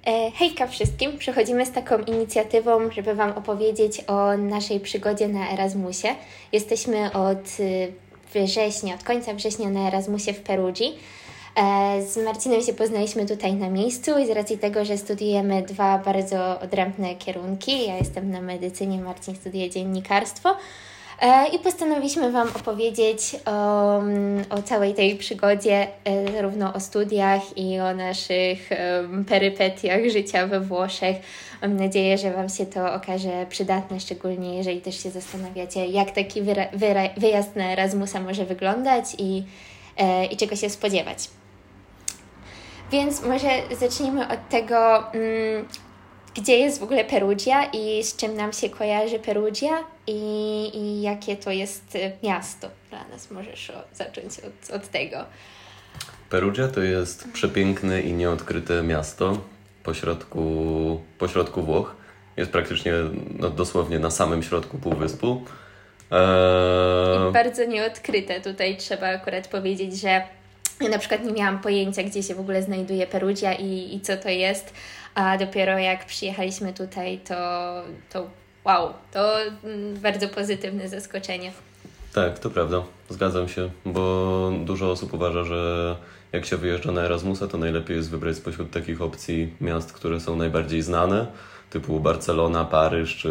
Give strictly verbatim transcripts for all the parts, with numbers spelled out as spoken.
Hejka wszystkim! Przechodzimy z taką inicjatywą, żeby Wam opowiedzieć o naszej przygodzie na Erasmusie. Jesteśmy od września, od końca września na Erasmusie w Perugii. Z Marcinem się poznaliśmy tutaj na miejscu i z racji tego, że studiujemy dwa bardzo odrębne kierunki, ja jestem na medycynie, Marcin studiuje dziennikarstwo, i postanowiliśmy Wam opowiedzieć o, o całej tej przygodzie, zarówno o studiach i o naszych perypetiach życia we Włoszech. Mam nadzieję, że Wam się to okaże przydatne, szczególnie jeżeli też się zastanawiacie, jak taki wyra- wyra- wyjazd na Erasmusa może wyglądać i, i czego się spodziewać. Więc może zacznijmy od tego, gdzie jest w ogóle Perugia i z czym nam się kojarzy Perugia i, i jakie to jest miasto dla nas. Możesz zacząć od, od tego. Perugia to jest przepiękne i nieodkryte miasto pośrodku, pośrodku Włoch. Jest praktycznie no, dosłownie na samym środku półwyspu. Eee... I bardzo nieodkryte. Tutaj trzeba akurat powiedzieć, że ja na przykład nie miałam pojęcia, gdzie się w ogóle znajduje Perugia i, i co to jest, a dopiero jak przyjechaliśmy tutaj, to, to wow, to bardzo pozytywne zaskoczenie. Tak, to prawda, zgadzam się, bo dużo osób uważa, że jak się wyjeżdża na Erasmusa, to najlepiej jest wybrać spośród takich opcji miast, które są najbardziej znane, typu Barcelona, Paryż czy,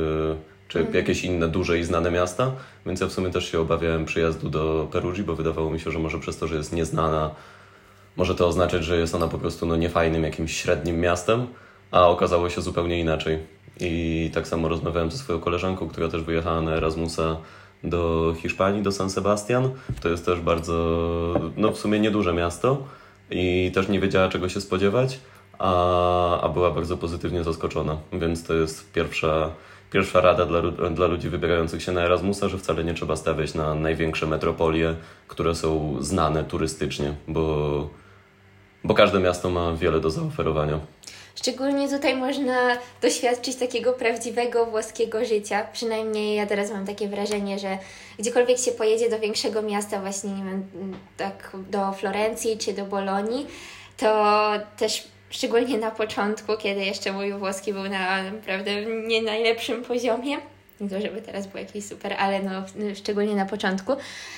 czy mm. jakieś inne duże i znane miasta, więc ja w sumie też się obawiałem przyjazdu do Perugii, bo wydawało mi się, że może przez to, że jest nieznana, może to oznaczać, że jest ona po prostu no, niefajnym, jakimś średnim miastem, a okazało się zupełnie inaczej. I tak samo rozmawiałem ze swoją koleżanką, która też wyjechała na Erasmusa do Hiszpanii, do San Sebastian. To jest też bardzo, no w sumie nieduże miasto i też nie wiedziała, czego się spodziewać, a, a była bardzo pozytywnie zaskoczona. Więc to jest pierwsza, pierwsza rada dla, dla ludzi wybierających się na Erasmusa, że wcale nie trzeba stawiać na największe metropolie, które są znane turystycznie, bo, bo każde miasto ma wiele do zaoferowania. Szczególnie tutaj można doświadczyć takiego prawdziwego włoskiego życia. Przynajmniej ja teraz mam takie wrażenie, że gdziekolwiek się pojedzie do większego miasta, właśnie nie wiem, tak do Florencji czy do Bolonii, to też szczególnie na początku, kiedy jeszcze mój włoski był na naprawdę nie najlepszym poziomie, nie to żeby teraz był jakiś super, ale no szczególnie na początku,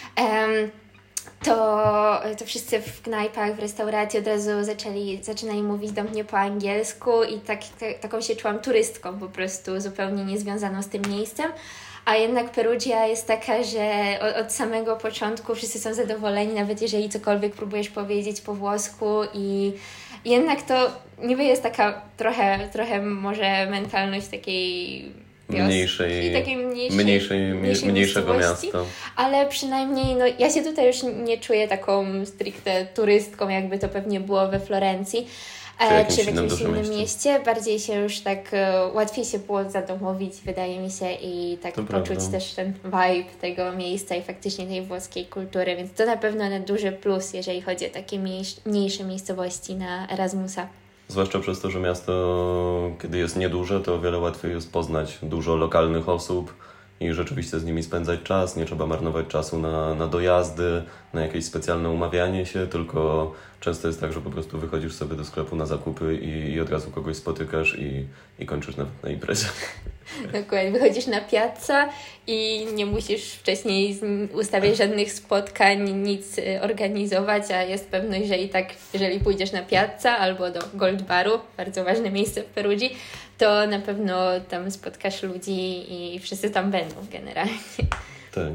um, To, to wszyscy w knajpach, w restauracji od razu zaczęli, zaczynali mówić do mnie po angielsku i tak, tak, taką się czułam turystką po prostu, zupełnie niezwiązaną z tym miejscem. A jednak Perugia jest taka, że od, od samego początku wszyscy są zadowoleni, nawet jeżeli cokolwiek próbujesz powiedzieć po włosku i jednak to niby jest taka trochę, trochę może mentalność takiej Mniejszej, takiej mniejszej, mniejszej, mniejszej mniejszego miasta. Ale przynajmniej no, ja się tutaj już nie czuję taką stricte turystką, jakby to pewnie było we Florencji czy, czy w jakimś innym mieście. mieście. Bardziej się już tak łatwiej się było zadomowić, wydaje mi się, i tak to poczuć prawda. też ten vibe tego miejsca i faktycznie tej włoskiej kultury, więc to na pewno na duży plus, jeżeli chodzi o takie mniejsze, mniejsze miejscowości na Erasmusa. Zwłaszcza przez to, że miasto, kiedy jest nieduże, to o wiele łatwiej jest poznać dużo lokalnych osób i rzeczywiście z nimi spędzać czas. Nie trzeba marnować czasu na, na dojazdy, na jakieś specjalne umawianie się, tylko często jest tak, że po prostu wychodzisz sobie do sklepu na zakupy i, i od razu kogoś spotykasz i, i kończysz nawet na imprezie. Dokładnie, wychodzisz na piazza i nie musisz wcześniej ustawiać żadnych spotkań, nic organizować, a jest pewność, że i tak, jeżeli pójdziesz na piazza albo do Gold Baru, bardzo ważne miejsce w Perugii, to na pewno tam spotkasz ludzi i wszyscy tam będą generalnie. Tak.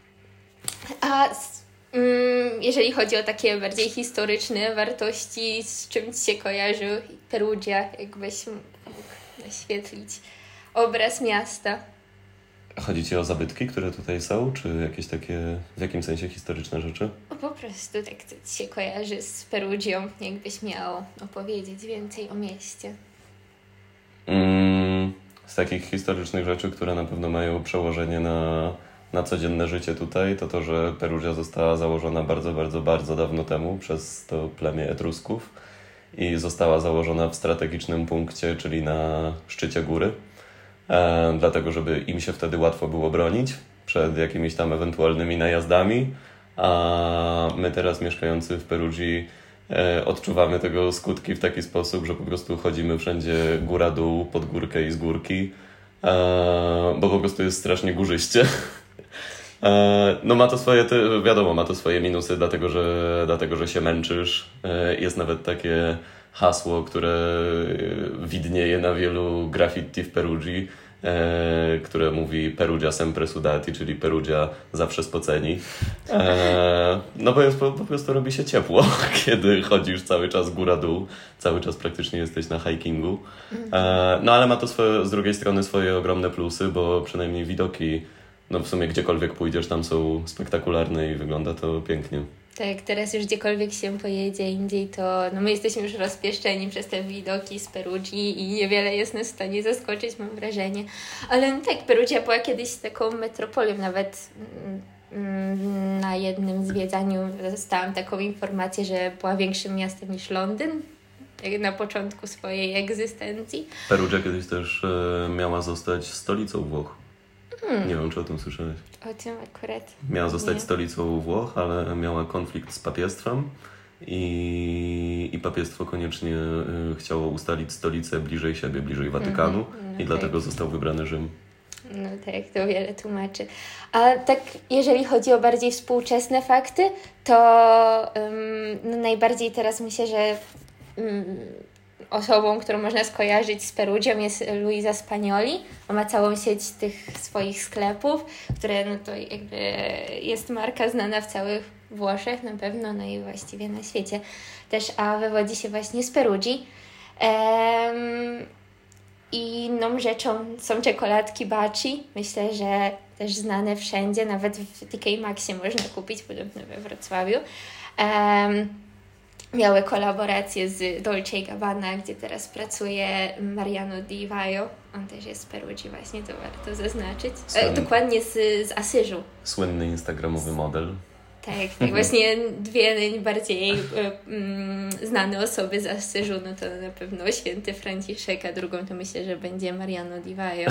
A mm, jeżeli chodzi o takie bardziej historyczne wartości, z czym Ci się kojarzy Perugia, jakbyś mógł naświetlić obraz miasta? Chodzi Ci o zabytki, które tutaj są, czy jakieś takie w jakim sensie historyczne rzeczy? O, po prostu tak co Ci się kojarzy z Perugią, jakbyś miał opowiedzieć więcej o mieście. Mm, z takich historycznych rzeczy, które na pewno mają przełożenie na, na codzienne życie tutaj, to to, że Perugia została założona bardzo, bardzo, bardzo dawno temu przez to plemię Etrusków i została założona w strategicznym punkcie, czyli na szczycie góry. E, dlatego, żeby im się wtedy łatwo było bronić przed jakimiś tam ewentualnymi najazdami, a my teraz mieszkający w Perugii e, odczuwamy tego skutki w taki sposób, że po prostu chodzimy wszędzie góra-dół, pod górkę i z górki, e, bo po prostu jest strasznie górzyście. e, no ma to swoje, wiadomo, ma to swoje minusy, dlatego że, dlatego, że się męczysz. E, jest nawet takie hasło, które widnieje na wielu graffiti w Perugii, e, które mówi Perugia sempre sudati, czyli Perugia zawsze spoceni. E, no bo jest, po, po prostu robi się ciepło, kiedy chodzisz cały czas góra-dół, cały czas praktycznie jesteś na hikingu. E, no ale ma to swoje, z drugiej strony swoje ogromne plusy, bo przynajmniej widoki, no w sumie gdziekolwiek pójdziesz, tam są spektakularne i wygląda to pięknie. Tak, teraz już gdziekolwiek się pojedzie indziej, to no my jesteśmy już rozpieszczeni przez te widoki z Perugii i niewiele jest nas w stanie zaskoczyć, mam wrażenie. Ale no tak, Perugia była kiedyś taką metropolią, nawet mm, na jednym zwiedzaniu dostałam taką informację, że była większym miastem niż Londyn, jak na początku swojej egzystencji. Perugia kiedyś też e, miała zostać stolicą Włoch. Hmm. Nie wiem, czy o tym słyszałeś. O tym akurat Miała zostać nie. stolicą Włoch, ale miała konflikt z papiestwem i, i papiestwo koniecznie y, chciało ustalić stolicę bliżej siebie, bliżej Watykanu mm-hmm. no i dlatego tak. został wybrany Rzym. No tak, to wiele tłumaczy. A tak, jeżeli chodzi o bardziej współczesne fakty, to um, no najbardziej teraz myślę, że um, osobą, którą można skojarzyć z Perugią jest Luisa Spagnoli. On ma całą sieć tych swoich sklepów, które no to jakby jest marka znana w całych Włoszech na pewno, no i właściwie na świecie też, a wywodzi się właśnie z Perugii. Ehm, I inną rzeczą są czekoladki Baci. Myślę, że też znane wszędzie, nawet w T K Maxxie można kupić, podobno we Wrocławiu. Ehm, Miały kolaborację z Dolce and Gabbana, gdzie teraz pracuje Mariano Di Vaio. On też jest z Perugii właśnie, to warto zaznaczyć. E, dokładnie z, z Asyżu. Słynny instagramowy model. Tak, tak właśnie dwie najbardziej e, mm, znane osoby z Asyżu, no to na pewno święty Franciszek, a drugą to myślę, że będzie Mariano Di Vaio.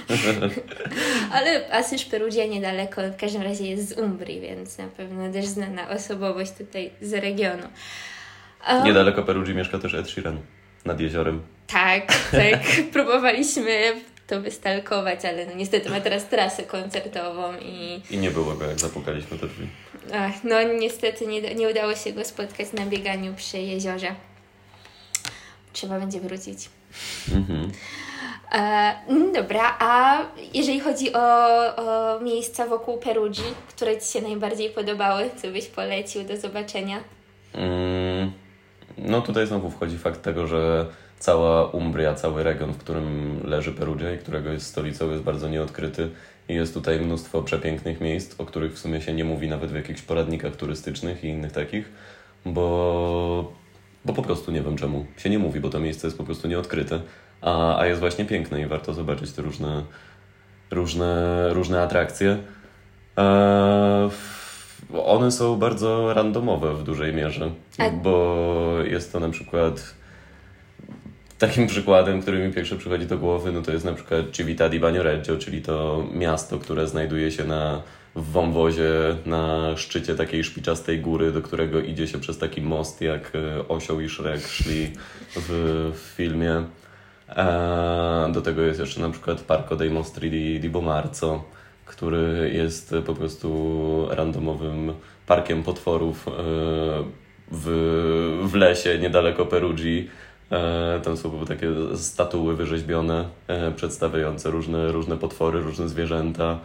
Ale Asyż, Perugia niedaleko, w każdym razie jest z Umbrii, więc na pewno też znana osobowość tutaj z regionu. Um, Niedaleko Perugii mieszka też Ed Sheeran, nad jeziorem. Tak, tak. Próbowaliśmy to wystalkować, ale no niestety ma teraz trasę koncertową i... I nie było go, jak zapukaliśmy do drzwi. Ach, no niestety nie, nie udało się go spotkać na bieganiu przy jeziorze. Trzeba będzie wrócić. Mhm. E, dobra, a jeżeli chodzi o, o miejsca wokół Perugii, które Ci się najbardziej podobały, co byś polecił do zobaczenia? Mm. No tutaj znowu wchodzi fakt tego, że cała Umbria, cały region, w którym leży Perugia i którego jest stolicą, jest bardzo nieodkryty i jest tutaj mnóstwo przepięknych miejsc, o których w sumie się nie mówi nawet w jakichś poradnikach turystycznych i innych takich, bo, bo po prostu nie wiem czemu się nie mówi, bo to miejsce jest po prostu nieodkryte, a, a jest właśnie piękne i warto zobaczyć te różne, różne, różne atrakcje. Eee, One są bardzo randomowe w dużej mierze, A... bo jest to na przykład takim przykładem, który mi pierwszy przychodzi do głowy, no to jest na przykład Civita di Bagnoregio, czyli to miasto, które znajduje się na, w wąwozie na szczycie takiej szpiczastej góry, do którego idzie się przez taki most, jak Osioł i Shrek szli w, w filmie. A do tego jest jeszcze na przykład Parco dei Mostri di, di Bomarzo, który jest po prostu randomowym parkiem potworów w, w lesie niedaleko Perugii. Tam są takie statuły wyrzeźbione, przedstawiające różne, różne potwory, różne zwierzęta.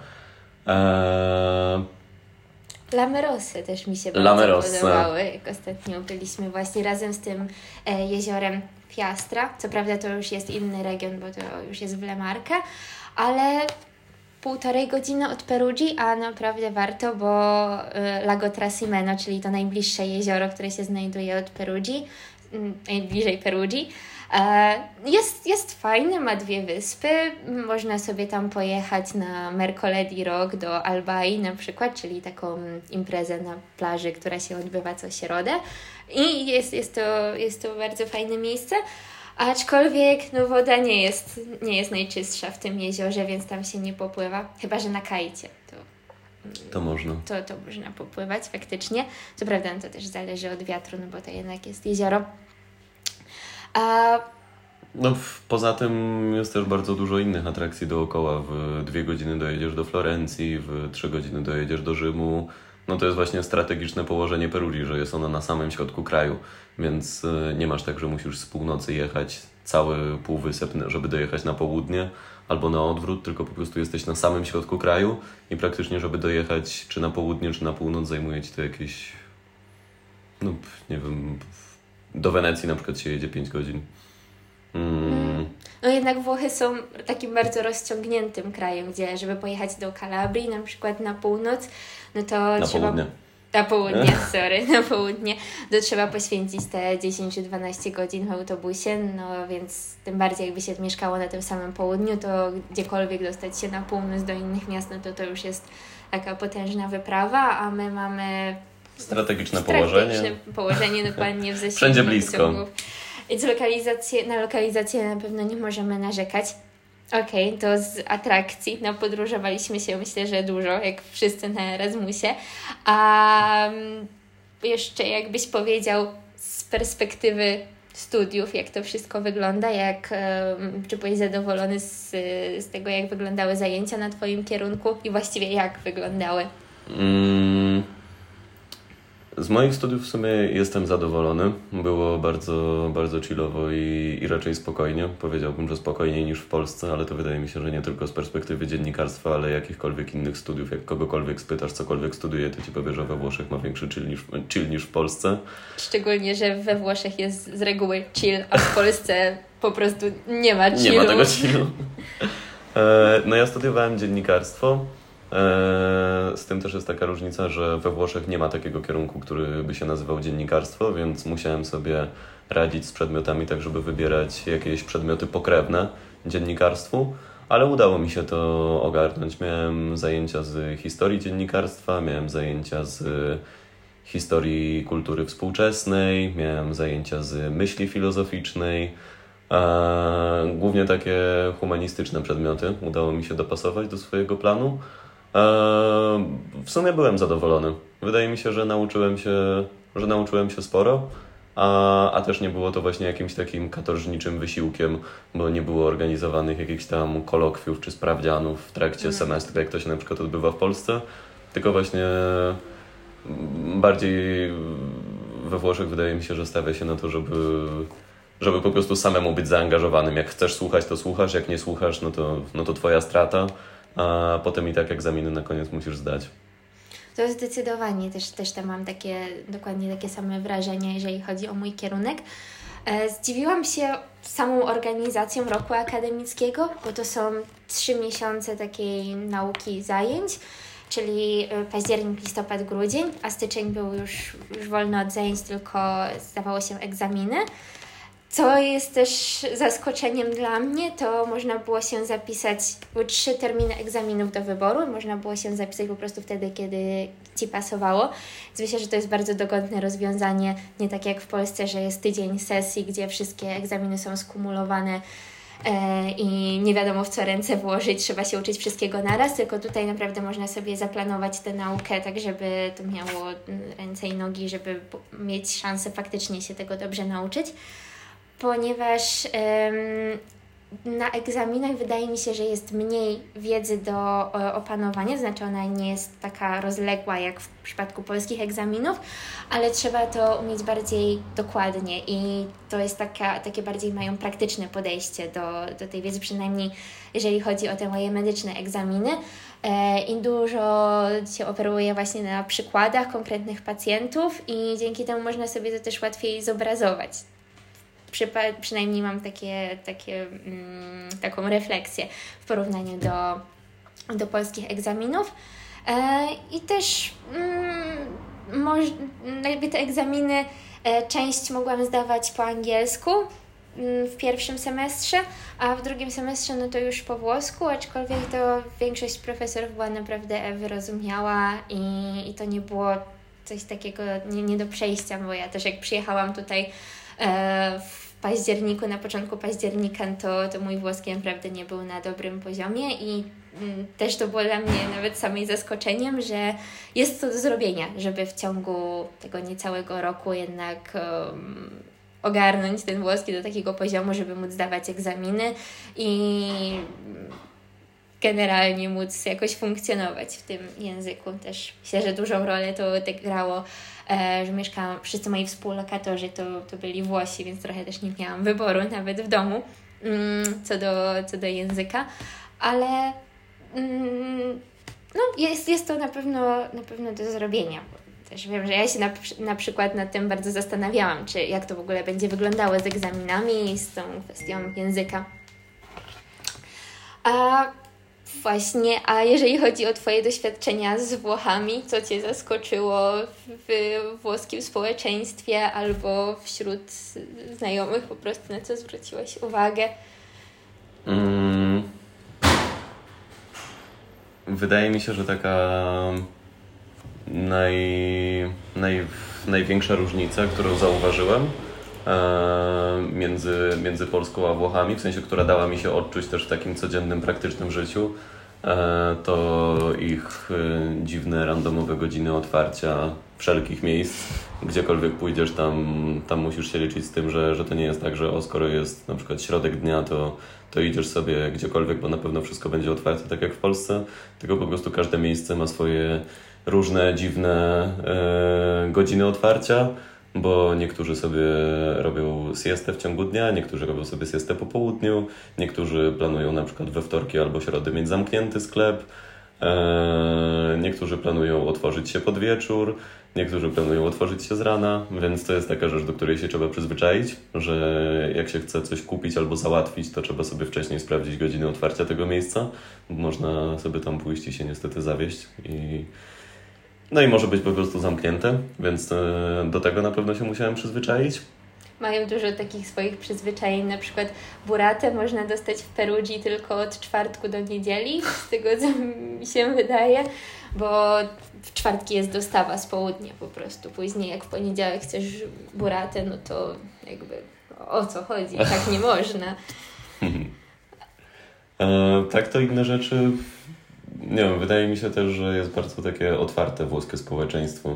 Lamerosy też mi się bardzo podobały, jak ostatnio byliśmy właśnie razem z tym jeziorem Fiastra. Co prawda to już jest inny region, bo to już jest w Le Marche, ale półtorej godziny od Perugii, a naprawdę warto, bo Lago Trasimeno, czyli to najbliższe jezioro, które się znajduje od Perugii, najbliżej Perugii, jest, jest fajny, ma dwie wyspy, można sobie tam pojechać na Mercoledì Rock do Albai na przykład, czyli taką imprezę na plaży, która się odbywa co środę i jest, jest, to, jest to bardzo fajne miejsce. Aczkolwiek no, woda nie jest, nie jest najczystsza w tym jeziorze, więc tam się nie popływa. Chyba że na kajcie. To To można. To, to można popływać faktycznie. Co prawda no to też zależy od wiatru, no bo to jednak jest jezioro. A... No poza tym jest też bardzo dużo innych atrakcji dookoła. W dwie godziny dojedziesz do Florencji, w trzy godziny dojedziesz do Rzymu. No to jest właśnie strategiczne położenie Perugii, że jest ona na samym środku kraju, więc nie masz tak, że musisz z północy jechać cały półwysep, żeby dojechać na południe, albo na odwrót, tylko po prostu jesteś na samym środku kraju i praktycznie, żeby dojechać czy na południe, czy na północ, zajmuje ci to jakieś, no nie wiem, do Wenecji na przykład się jedzie pięć godzin. Mm. No jednak Włochy są takim bardzo rozciągniętym krajem, gdzie żeby pojechać do Kalabrii, na przykład na północ, no to na trzeba... Południe. Na południe, sorry, na południe, to trzeba poświęcić te dziesięć czy dwanaście godzin w autobusie, no więc tym bardziej jakby się mieszkało na tym samym południu, to gdziekolwiek dostać się na północ do innych miast, no to to już jest taka potężna wyprawa, a my mamy strategiczne, strategiczne położenie. położenie dokładnie w zasięgu Wszędzie blisko. Pociągów. Więc lokalizację, na lokalizację na pewno nie możemy narzekać. Okej, okay, to z atrakcji napodróżowaliśmy się myślę, że dużo, jak wszyscy na Erasmusie. A jeszcze jakbyś powiedział z perspektywy studiów, jak to wszystko wygląda, jak, czy byłeś zadowolony z, z tego, jak wyglądały zajęcia na Twoim kierunku i właściwie jak wyglądały? Mm. Z moich studiów w sumie jestem zadowolony. Było bardzo, bardzo chillowo i, i raczej spokojnie. Powiedziałbym, że spokojniej niż w Polsce, ale to wydaje mi się, że nie tylko z perspektywy dziennikarstwa, ale jakichkolwiek innych studiów. Jak kogokolwiek spytasz, cokolwiek studiuje, to ci powie, że we Włoszech ma większy chill niż, chill niż w Polsce. Szczególnie, że we Włoszech jest z reguły chill, a w Polsce po prostu nie ma chillu. Nie ma tego chillu. No ja studiowałem dziennikarstwo. Z tym też jest taka różnica, że we Włoszech nie ma takiego kierunku, który by się nazywał dziennikarstwo, więc musiałem sobie radzić z przedmiotami tak, żeby wybierać jakieś przedmioty pokrewne dziennikarstwu, ale udało mi się to ogarnąć. Miałem zajęcia z historii dziennikarstwa, miałem zajęcia z historii kultury współczesnej, miałem zajęcia z myśli filozoficznej, głównie takie humanistyczne przedmioty udało mi się dopasować do swojego planu. W sumie byłem zadowolony. Wydaje mi się, że nauczyłem się, że nauczyłem się sporo, a, a też nie było to właśnie jakimś takim katorżniczym wysiłkiem, bo nie było organizowanych jakichś tam kolokwiów czy sprawdzianów w trakcie mm. semestru, jak to się na przykład odbywa w Polsce, tylko właśnie bardziej we Włoszech wydaje mi się, że stawia się na to, żeby, żeby po prostu samemu być zaangażowanym. Jak chcesz słuchać, to słuchasz, jak nie słuchasz, no to, no to twoja strata. A potem i tak egzaminy na koniec musisz zdać. To zdecydowanie też, też tam mam takie, dokładnie takie same wrażenia, jeżeli chodzi o mój kierunek. Zdziwiłam się samą organizacją roku akademickiego, bo to są trzy miesiące takiej nauki zajęć, czyli październik, listopad, grudzień, a styczeń był już, już wolny od zajęć, tylko zdawało się egzaminy. Co jest też zaskoczeniem dla mnie, to można było się zapisać, były trzy terminy egzaminów do wyboru, można było się zapisać po prostu wtedy, kiedy Ci pasowało. Więc myślę, że to jest bardzo dogodne rozwiązanie, nie tak jak w Polsce, że jest tydzień sesji, gdzie wszystkie egzaminy są skumulowane e, i nie wiadomo w co ręce włożyć, trzeba się uczyć wszystkiego naraz, tylko tutaj naprawdę można sobie zaplanować tę naukę tak, żeby to miało ręce i nogi, żeby mieć szansę faktycznie się tego dobrze nauczyć. Ponieważ ym, na egzaminach wydaje mi się, że jest mniej wiedzy do o, opanowania, znaczy ona nie jest taka rozległa jak w przypadku polskich egzaminów, ale trzeba to umieć bardziej dokładnie i to jest taka, takie bardziej mają praktyczne podejście do, do tej wiedzy, przynajmniej jeżeli chodzi o te moje medyczne egzaminy. E, I dużo się operuje właśnie na przykładach konkretnych pacjentów i dzięki temu można sobie to też łatwiej zobrazować. Przypa- przynajmniej mam takie, takie, mm, taką refleksję w porównaniu do, do polskich egzaminów. E, I też mm, moż, jakby te egzaminy e, część mogłam zdawać po angielsku mm, w pierwszym semestrze, a w drugim semestrze no to już po włosku, aczkolwiek to większość profesorów była naprawdę wyrozumiała i, i to nie było coś takiego nie, nie do przejścia, bo ja też jak przyjechałam tutaj w październiku, na początku października, to, to mój włoski naprawdę nie był na dobrym poziomie i też to było dla mnie nawet samej zaskoczeniem, że jest to do zrobienia, żeby w ciągu tego niecałego roku jednak um, ogarnąć ten włoski do takiego poziomu, żeby móc zdawać egzaminy i generalnie móc jakoś funkcjonować w tym języku. Też myślę, że dużą rolę to odegrało, e, że mieszkałam, wszyscy moi współlokatorzy to, to byli Włosi, więc trochę też nie miałam wyboru nawet w domu mm, co do, co do języka, ale mm, no, jest, jest to na pewno, na pewno do zrobienia. Też wiem, że ja się na, na przykład nad tym bardzo zastanawiałam, czy jak to w ogóle będzie wyglądało z egzaminami i z tą kwestią języka. A właśnie, a jeżeli chodzi o Twoje doświadczenia z Włochami, co Cię zaskoczyło w, w włoskim społeczeństwie albo wśród znajomych, po prostu na co zwróciłaś uwagę? Mm. Wydaje mi się, że taka naj, naj, największa różnica, którą zauważyłem e, między, między Polską a Włochami, w sensie, która dała mi się odczuć też w takim codziennym, praktycznym życiu, e, to ich e, dziwne, randomowe godziny otwarcia wszelkich miejsc. Gdziekolwiek pójdziesz, tam, tam musisz się liczyć z tym, że, że to nie jest tak, że o, skoro jest na przykład środek dnia, to, to idziesz sobie gdziekolwiek, bo na pewno wszystko będzie otwarte, tak jak w Polsce, tylko po prostu każde miejsce ma swoje różne, dziwne e, godziny otwarcia, bo niektórzy sobie robią siestę w ciągu dnia, niektórzy robią sobie siestę po południu, niektórzy planują na przykład we wtorki albo środy mieć zamknięty sklep, e, niektórzy planują otworzyć się pod wieczór, niektórzy planują otworzyć się z rana, więc to jest taka rzecz, do której się trzeba przyzwyczaić, że jak się chce coś kupić albo załatwić, to trzeba sobie wcześniej sprawdzić godziny otwarcia tego miejsca. Można sobie tam pójść i się niestety zawieść. I... No i może być po prostu zamknięte, więc do tego na pewno się musiałem przyzwyczaić. Mają dużo takich swoich przyzwyczajeń, na przykład buratę można dostać w Perugii tylko od czwartku do niedzieli, z tego co mi się wydaje, bo w czwartki jest dostawa z południa po prostu. Później jak w poniedziałek chcesz buratę, no to jakby o co chodzi? Tak nie można. e, tak to inne rzeczy, nie wiem, wydaje mi się też, że jest bardzo takie otwarte włoskie społeczeństwo.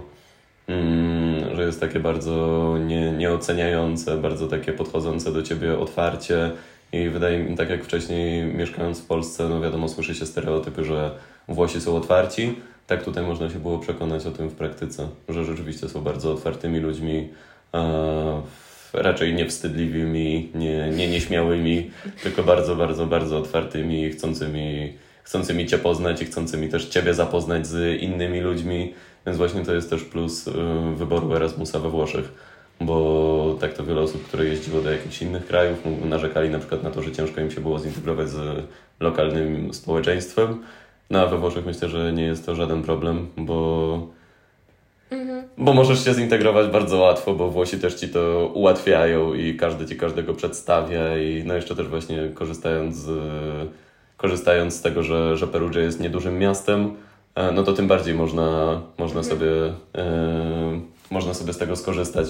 Mm, że jest takie bardzo nie, nieoceniające, bardzo takie podchodzące do ciebie otwarcie i wydaje mi, tak jak wcześniej mieszkając w Polsce, no wiadomo, słyszy się stereotypy, że Włosi są otwarci, tak tutaj można się było przekonać o tym w praktyce, że rzeczywiście są bardzo otwartymi ludźmi, e, raczej niewstydliwymi, nie, nie nieśmiałymi, tylko bardzo, bardzo, bardzo otwartymi, chcącymi, chcącymi cię poznać i chcącymi też ciebie zapoznać z innymi ludźmi. Więc właśnie to jest też plus wyboru Erasmusa we Włoszech, bo tak to wiele osób, które jeździło do jakichś innych krajów, narzekali na przykład na to, że ciężko im się było zintegrować z lokalnym społeczeństwem. No a we Włoszech myślę, że nie jest to żaden problem, bo, mhm. bo możesz się zintegrować bardzo łatwo, bo Włosi też ci to ułatwiają i każdy ci każdego przedstawia i no jeszcze też właśnie korzystając z, korzystając z tego, że, że Perugia jest niedużym miastem, no to tym bardziej można, można, mhm. sobie, e, można sobie z tego skorzystać,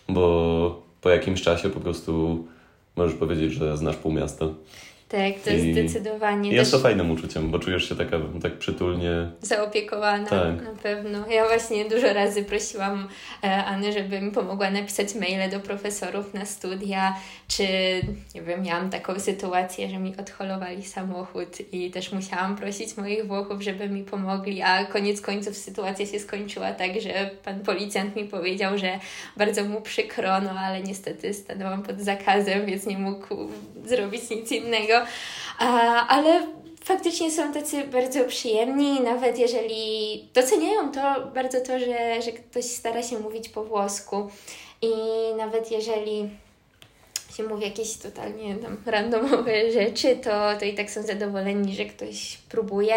bo po jakimś czasie po prostu możesz powiedzieć, że znasz pół miasta. Tak, to jest I zdecydowanie. Jest też to fajnym uczuciem, bo czujesz się taka tak przytulnie zaopiekowana, tak. Na pewno. Ja właśnie dużo razy prosiłam e, Anny, żeby mi pomogła napisać maile do profesorów na studia, czy nie wiem, miałam taką sytuację, że mi odholowali samochód i też musiałam prosić moich Włochów, żeby mi pomogli, a koniec końców sytuacja się skończyła tak, że pan policjant mi powiedział, że bardzo mu przykro, no ale niestety stanęłam pod zakazem, więc nie mógł zrobić nic innego. A, ale faktycznie są tacy bardzo przyjemni, nawet jeżeli doceniają to bardzo to, że, że ktoś stara się mówić po włosku i nawet jeżeli się mówi jakieś totalnie tam randomowe rzeczy, to, to i tak są zadowoleni, że ktoś próbuje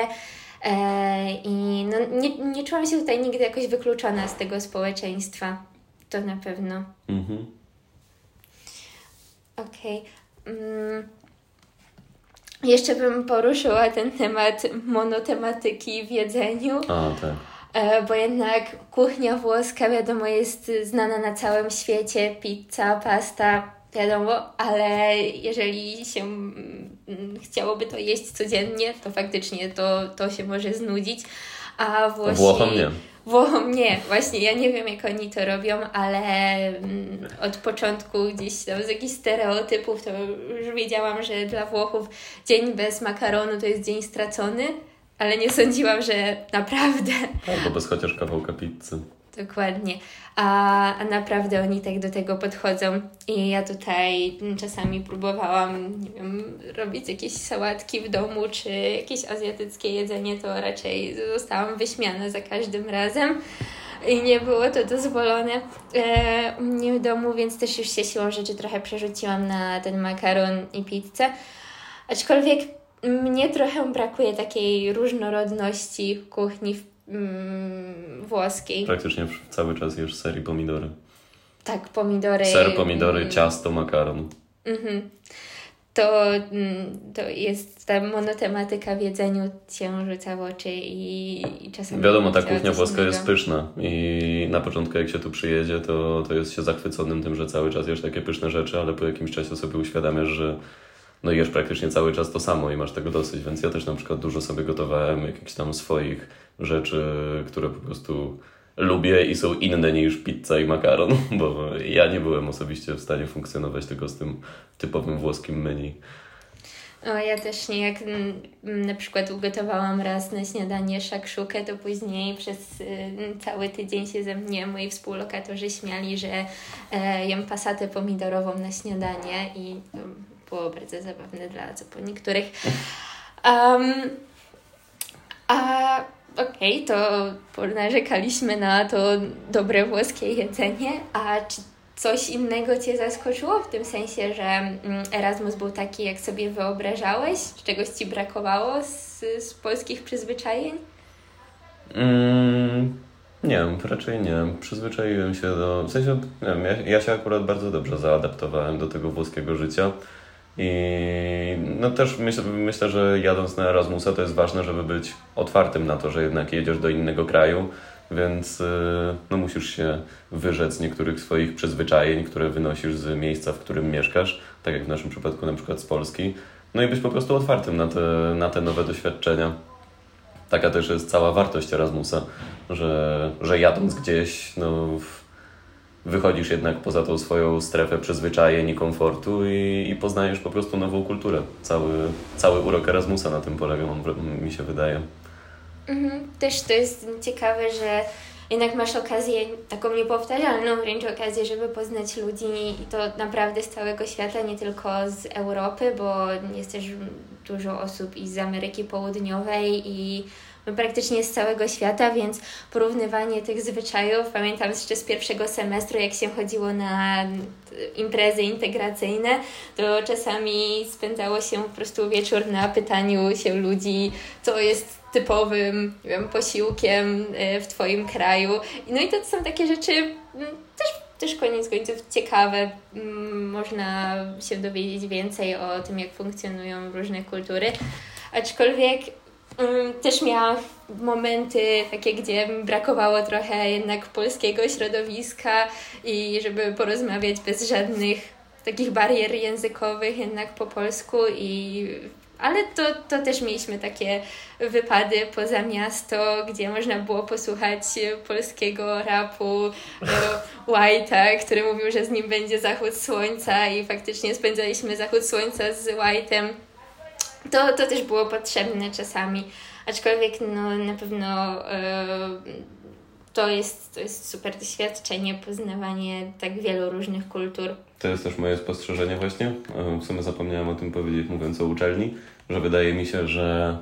e, i no, nie, nie czułam się tutaj nigdy jakoś wykluczona z tego społeczeństwa, to na pewno. Mhm. Okej. Okay. Mm. Jeszcze bym poruszyła ten temat monotematyki w jedzeniu. A, tak. Bo jednak kuchnia włoska, wiadomo, jest znana na całym świecie. Pizza, pasta, wiadomo, ale jeżeli się chciałoby to jeść codziennie, to faktycznie to, to się może znudzić. A Włosi... Włochom nie. Włochom nie. Właśnie ja nie wiem, jak oni to robią, ale od początku gdzieś tam z jakichś stereotypów to już wiedziałam, że dla Włochów dzień bez makaronu to jest dzień stracony, ale nie sądziłam, że naprawdę... Albo bez chociaż kawałka pizzy. Dokładnie. A, a naprawdę oni tak do tego podchodzą i ja tutaj czasami próbowałam, nie wiem, robić jakieś sałatki w domu czy jakieś azjatyckie jedzenie, to raczej zostałam wyśmiana za każdym razem i nie było to dozwolone e, u mnie w domu, więc też już się siłą rzeczy trochę przerzuciłam na ten makaron i pizzę. Aczkolwiek mnie trochę brakuje takiej różnorodności w kuchni w Mm, włoskiej. Praktycznie cały czas jesz ser i pomidory. Tak, pomidory. Ser, pomidory, mm, ciasto, makaron. Mm-hmm. To, to jest ta monotematyka w jedzeniu cię rzuca w oczy i, i czasami... Wiadomo, ta kuchnia włoska jest pyszna i na początku jak się tu przyjedzie, to, to jest się zachwyconym tym, że cały czas jesz takie pyszne rzeczy, ale po jakimś czasie sobie uświadamiasz, że no jesz praktycznie cały czas to samo i masz tego dosyć, więc ja też na przykład dużo sobie gotowałem jakichś tam swoich rzeczy, które po prostu lubię i są inne niż pizza i makaron, bo ja nie byłem osobiście w stanie funkcjonować tylko z tym typowym włoskim menu. O, ja też nie, jak m, na przykład ugotowałam raz na śniadanie szakszukę, to później przez y, cały tydzień się ze mnie moi współlokatorzy śmiali, że e, jem pasatę pomidorową na śniadanie i to było bardzo zabawne dla co po niektórych. Um, a okej, okay, to narzekaliśmy na to dobre włoskie jedzenie, a czy coś innego Cię zaskoczyło? W tym sensie, że Erasmus był taki, jak sobie wyobrażałeś? Czy czegoś Ci brakowało z, z polskich przyzwyczajeń? Mm, nie, raczej nie. Przyzwyczaiłem się do... W sensie, nie wiem, ja, ja się akurat bardzo dobrze zaadaptowałem do tego włoskiego życia. I no też myśl, myślę, że jadąc na Erasmusa to jest ważne, żeby być otwartym na to, że jednak jedziesz do innego kraju, więc no, musisz się wyrzec niektórych swoich przyzwyczajeń, które wynosisz z miejsca, w którym mieszkasz, tak jak w naszym przypadku na przykład z Polski, no i być po prostu otwartym na te, na te nowe doświadczenia. Taka też jest cała wartość Erasmusa, że, że jadąc gdzieś, no wychodzisz jednak poza tą swoją strefę przyzwyczajeń i komfortu i, i poznajesz po prostu nową kulturę. Cały, cały urok Erasmusa na tym polega, mi się wydaje. Mhm. Też to jest ciekawe, że jednak masz okazję, taką niepowtarzalną wręcz okazję, żeby poznać ludzi i to naprawdę z całego świata, nie tylko z Europy, bo jest też dużo osób i z Ameryki Południowej i praktycznie z całego świata, więc porównywanie tych zwyczajów, pamiętam jeszcze z pierwszego semestru, jak się chodziło na imprezy integracyjne, to czasami spędzało się po prostu wieczór na pytaniu się ludzi, co jest typowym, nie wiem, posiłkiem w Twoim kraju. No i to są takie rzeczy też, też koniec końców ciekawe. Można się dowiedzieć więcej o tym, jak funkcjonują różne kultury. Aczkolwiek też miałam momenty takie, gdzie brakowało trochę jednak polskiego środowiska i żeby porozmawiać bez żadnych takich barier językowych jednak po polsku i ale to, to też mieliśmy takie wypady poza miasto, gdzie można było posłuchać polskiego rapu White'a, który mówił, że z nim będzie zachód słońca i faktycznie spędzaliśmy zachód słońca z White'em. To, to też było potrzebne czasami, aczkolwiek no, na pewno yy, to, jest, to jest super doświadczenie, poznawanie tak wielu różnych kultur. To jest też moje spostrzeżenie właśnie, w sumie zapomniałem o tym powiedzieć mówiąc o uczelni, że wydaje mi się, że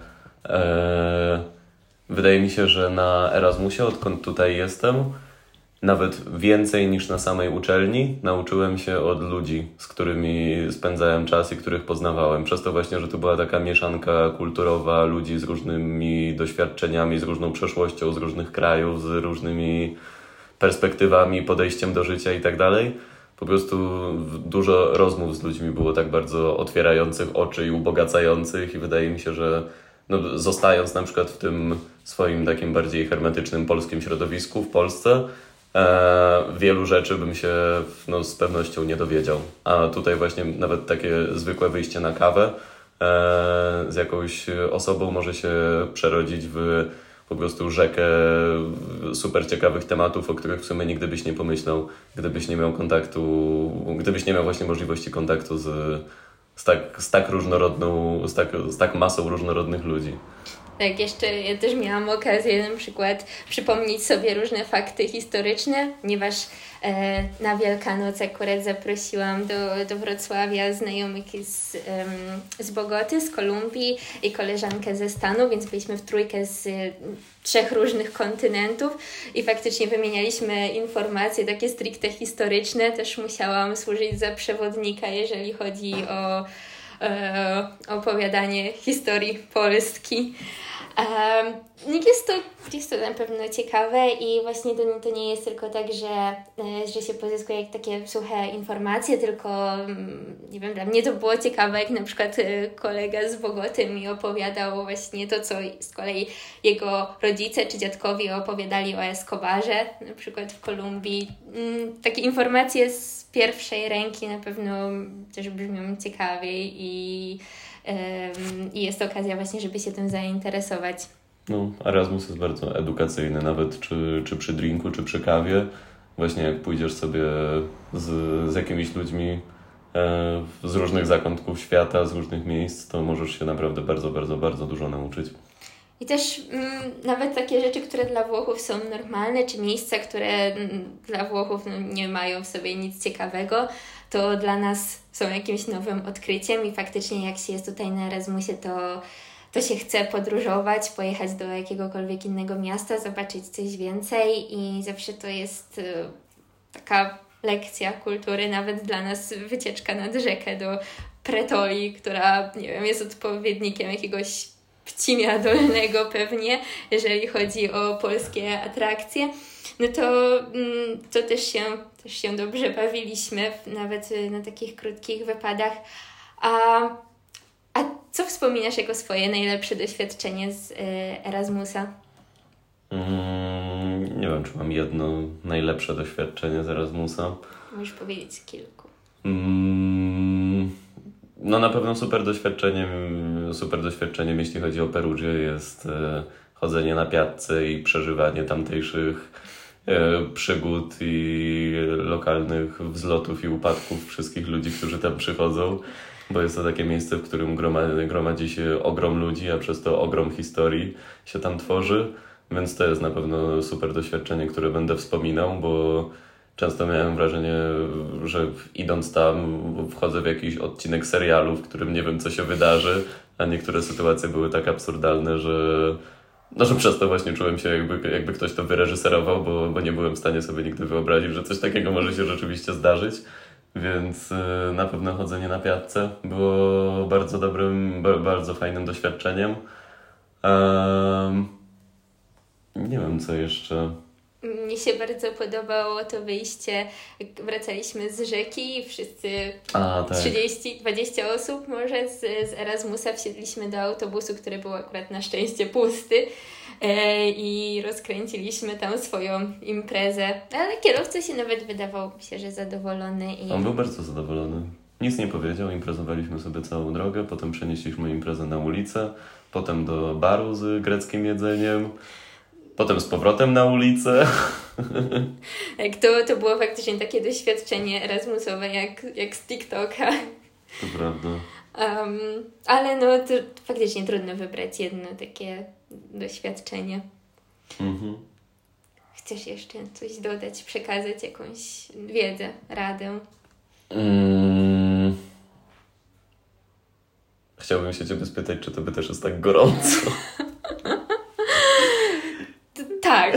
e, wydaje mi się, że na Erasmusie, odkąd tutaj jestem, nawet więcej niż na samej uczelni nauczyłem się od ludzi, z którymi spędzałem czas i których poznawałem. Przez to właśnie, że tu była taka mieszanka kulturowa ludzi z różnymi doświadczeniami, z różną przeszłością, z różnych krajów, z różnymi perspektywami, podejściem do życia i tak dalej. Po prostu dużo rozmów z ludźmi było tak bardzo otwierających oczy i ubogacających i wydaje mi się, że no, zostając na przykład w tym swoim takim bardziej hermetycznym polskim środowisku w Polsce, E, wielu rzeczy bym się no, z pewnością nie dowiedział. A tutaj właśnie nawet takie zwykłe wyjście na kawę z jakąś osobą może się przerodzić w po prostu rzekę super ciekawych tematów, o których w sumie nigdy byś nie pomyślał, gdybyś nie miał kontaktu, gdybyś nie miał właśnie możliwości kontaktu z, z, tak, z tak różnorodną, z tak, z tak masą różnorodnych ludzi. Tak, jeszcze ja też miałam okazję na przykład przypomnieć sobie różne fakty historyczne, ponieważ e, na Wielkanoc akurat zaprosiłam do, do Wrocławia znajomych z, um, z Bogoty, z Kolumbii i koleżankę ze Stanu, więc byliśmy w trójkę z y, trzech różnych kontynentów i faktycznie wymienialiśmy informacje takie stricte historyczne. Też musiałam służyć za przewodnika, jeżeli chodzi o e, opowiadanie historii Polski. Um, jest, to, jest to na pewno ciekawe i właśnie to, to nie jest tylko tak, że, że się pozyskuje takie suche informacje, tylko nie wiem, dla mnie to było ciekawe, jak na przykład kolega z Bogoty mi opowiadał właśnie to, co z kolei jego rodzice czy dziadkowie opowiadali o Escobarze, na przykład w Kolumbii. Takie informacje z pierwszej ręki na pewno też brzmią ciekawiej i i jest okazja właśnie, żeby się tym zainteresować. No, Erasmus jest bardzo edukacyjny, nawet czy, czy przy drinku, czy przy kawie. Właśnie jak pójdziesz sobie z, z jakimiś ludźmi e, z różnych zakątków świata, z różnych miejsc, to możesz się naprawdę bardzo, bardzo, bardzo dużo nauczyć. I też mm, nawet takie rzeczy, które dla Włochów są normalne, czy miejsca, które mm, dla Włochów no, nie mają w sobie nic ciekawego, to dla nas są jakimś nowym odkryciem i faktycznie jak się jest tutaj na Erasmusie, to, to się chce podróżować, pojechać do jakiegokolwiek innego miasta, zobaczyć coś więcej i zawsze to jest y, taka lekcja kultury, nawet dla nas wycieczka nad rzekę do Pretoli, która, nie wiem, jest odpowiednikiem jakiegoś Pcimia Dolnego pewnie, jeżeli chodzi o polskie atrakcje, no to, to też, się, też się dobrze bawiliśmy, nawet na takich krótkich wypadach. A, a co wspominasz jako swoje najlepsze doświadczenie z Erasmusa? Mm, nie wiem, czy mam jedno najlepsze doświadczenie z Erasmusa. Możesz powiedzieć kilku. Mm, no na pewno super doświadczeniem, super doświadczeniem, jeśli chodzi o Perugię, jest e, chodzenie na piatce i przeżywanie tamtejszych e, przygód i lokalnych wzlotów i upadków wszystkich ludzi, którzy tam przychodzą, bo jest to takie miejsce, w którym gromadzi, gromadzi się ogrom ludzi, a przez to ogrom historii się tam tworzy, więc to jest na pewno super doświadczenie, które będę wspominał, bo często miałem wrażenie, że idąc tam wchodzę w jakiś odcinek serialu, w którym nie wiem, co się wydarzy, a niektóre sytuacje były tak absurdalne, że, no, że przez to właśnie czułem się, jakby, jakby ktoś to wyreżyserował, bo, bo nie byłem w stanie sobie nigdy wyobrazić, że coś takiego może się rzeczywiście zdarzyć. Więc yy, na pewno chodzenie na piatce było bardzo dobrym, b- bardzo fajnym doświadczeniem. Um, nie wiem, co jeszcze... Mnie się bardzo podobało to wyjście, jak wracaliśmy z rzeki i wszyscy A, tak. trzydzieści dwadzieścia osób może z, z Erasmusa wsiedliśmy do autobusu, który był akurat na szczęście pusty e, i rozkręciliśmy tam swoją imprezę. Ale kierowca się nawet wydawał mi się, że zadowolony. I... On był bardzo zadowolony. Nic nie powiedział, imprezowaliśmy sobie całą drogę, potem przenieśliśmy imprezę na ulicę, potem do baru z greckim jedzeniem. Potem z powrotem na ulicę. Tak, to, to było faktycznie takie doświadczenie erasmusowe jak, jak z TikToka. To prawda. Um, ale no to faktycznie trudno wybrać jedno takie doświadczenie. Mhm. Chcesz jeszcze coś dodać, przekazać jakąś wiedzę, radę? Mm. Chciałbym się Ciebie spytać, czy Tobie też jest tak gorąco? Tak.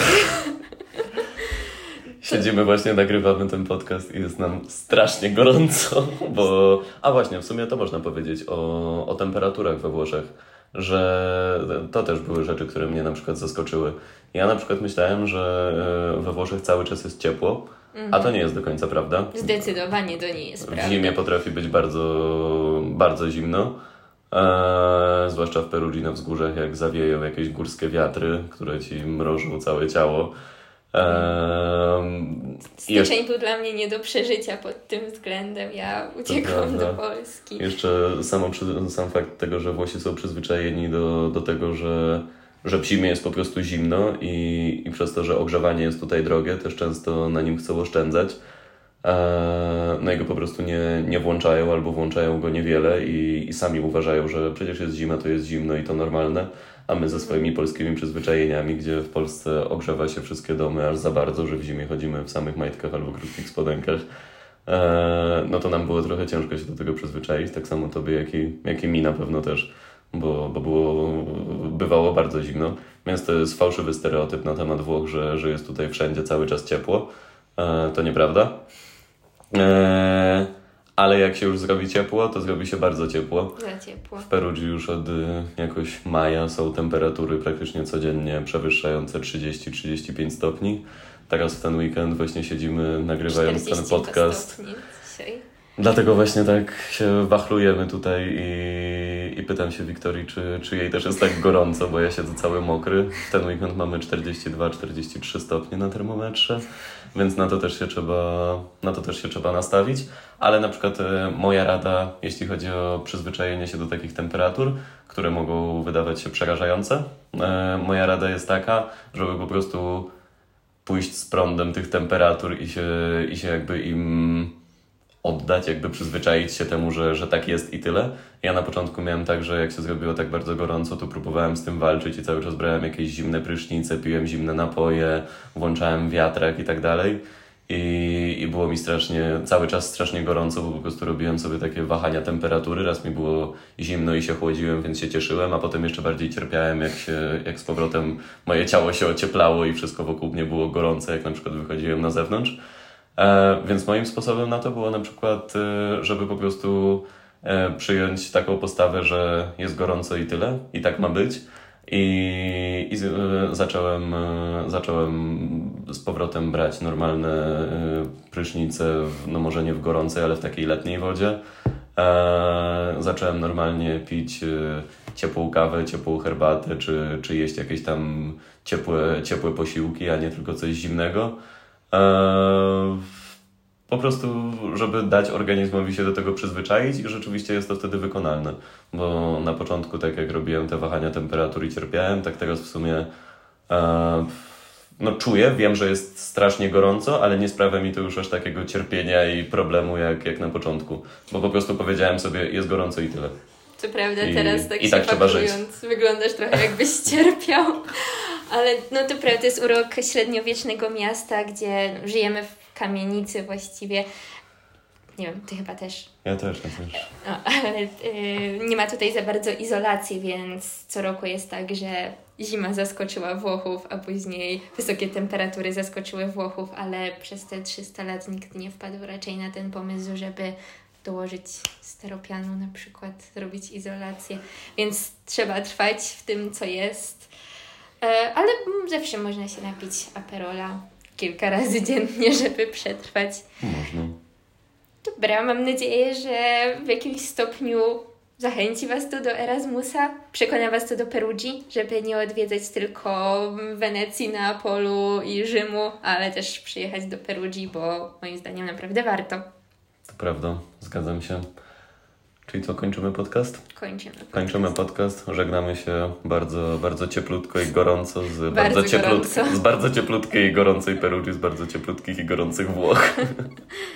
Siedzimy właśnie, nagrywamy ten podcast i jest nam strasznie gorąco, bo... A właśnie, w sumie to można powiedzieć o, o temperaturach we Włoszech, że to też były rzeczy, które mnie na przykład zaskoczyły. Ja na przykład myślałem, że we Włoszech cały czas jest ciepło, mhm. a to nie jest do końca prawda. Zdecydowanie to nie jest prawda. W zimie potrafi być bardzo, bardzo zimno. Eee, zwłaszcza w Perugii na wzgórzach, jak zawieją jakieś górskie wiatry, które ci mrożą całe ciało, Ehm, Styczeń jeszcze... był dla mnie nie do przeżycia pod tym względem. Ja uciekłam do Polski. Jeszcze samo, sam fakt tego, że Włosi są przyzwyczajeni do, do tego, że, że w zimie jest po prostu zimno i, i przez to, że ogrzewanie jest tutaj drogie, też często na nim chcą oszczędzać. No i go po prostu nie, nie włączają albo włączają go niewiele i, i sami uważają, że przecież jest zima, to jest zimno i to normalne, a my ze swoimi polskimi przyzwyczajeniami, gdzie w Polsce ogrzewa się wszystkie domy aż za bardzo, że w zimie chodzimy w samych majtkach albo krótkich spodenkach, no to nam było trochę ciężko się do tego przyzwyczaić, tak samo tobie, jak i, jak i mi na pewno też, bo, bo było, bywało bardzo zimno, więc to jest fałszywy stereotyp na temat Włoch, że, że jest tutaj wszędzie cały czas ciepło. To nieprawda. Eee, ale jak się już zrobi ciepło, to zrobi się bardzo ciepło. Za ciepło. W Perudzi już od y, jakoś maja są temperatury praktycznie codziennie przewyższające trzydzieści do trzydziestu pięciu stopni. Teraz w ten weekend właśnie siedzimy nagrywając ten podcast. Stopni dzisiaj. Dlatego właśnie tak się wachlujemy tutaj i, i pytam się Wiktorii, czy, czy jej też jest tak gorąco, bo ja siedzę cały mokry. W ten weekend mamy czterdzieści dwa do czterdziestu trzech stopni na termometrze, więc na to też się trzeba, na to też się trzeba nastawić. Ale na przykład e, moja rada, jeśli chodzi o przyzwyczajenie się do takich temperatur, które mogą wydawać się przerażające, e, moja rada jest taka, żeby po prostu pójść z prądem tych temperatur i się, i się jakby im oddać, jakby przyzwyczaić się temu, że, że tak jest i tyle. Ja na początku miałem tak, że jak się zrobiło tak bardzo gorąco, to próbowałem z tym walczyć i cały czas brałem jakieś zimne prysznice, piłem zimne napoje, włączałem wiatrak i tak dalej. I, i było mi strasznie, cały czas strasznie gorąco, bo po prostu robiłem sobie takie wahania temperatury. Raz mi było zimno i się chłodziłem, więc się cieszyłem, a potem jeszcze bardziej cierpiałem, jak, się, jak z powrotem moje ciało się ocieplało i wszystko wokół mnie było gorące, jak na przykład wychodziłem na zewnątrz. E, więc moim sposobem na to było na przykład, e, żeby po prostu e, przyjąć taką postawę, że jest gorąco i tyle, i tak ma być. I, i e, zacząłem, e, zacząłem z powrotem brać normalne e, prysznice, w, no może nie w gorącej, ale w takiej letniej wodzie. E, zacząłem normalnie pić e, ciepłą kawę, ciepłą herbatę, czy, czy jeść jakieś tam ciepłe, ciepłe posiłki, a nie tylko coś zimnego. Po prostu, żeby dać organizmowi się do tego przyzwyczaić i rzeczywiście jest to wtedy wykonalne, bo na początku, tak jak robiłem te wahania temperatury i cierpiałem, tak teraz w sumie e, no czuję, wiem, że jest strasznie gorąco, ale nie sprawia mi to już aż takiego cierpienia i problemu jak, jak na początku, bo po prostu powiedziałem sobie, jest gorąco i tyle. Co prawda teraz tak i się tak trzeba żyć. Wyglądasz trochę jakbyś cierpiał, ale no to prawda, to jest urok średniowiecznego miasta, gdzie żyjemy w kamienicy właściwie. Nie wiem, ty chyba też. Ja też, ja też. No, ale yy, nie ma tutaj za bardzo izolacji, więc co roku jest tak, że zima zaskoczyła Włochów, a później wysokie temperatury zaskoczyły Włochów, ale przez te trzysta lat nikt nie wpadł raczej na ten pomysł, żeby dołożyć steropianu na przykład, zrobić izolację, więc trzeba trwać w tym, co jest, e, ale zawsze można się napić Aperola kilka razy dziennie, żeby przetrwać. Można. Dobra, mam nadzieję, że w jakimś stopniu zachęci Was to do Erasmusa, przekona Was to do Perugii, żeby nie odwiedzać tylko Wenecji, Neapolu i Rzymu, ale też przyjechać do Perugii, bo moim zdaniem naprawdę warto. To prawda, zgadzam się. Czyli co, kończymy podcast? Kończymy podcast. Kończymy podcast. Żegnamy się bardzo, bardzo cieplutko i gorąco z bardzo, bardzo cieplut... gorąco. z bardzo cieplutkiej i gorącej Perugii, z bardzo cieplutkich i gorących Włoch.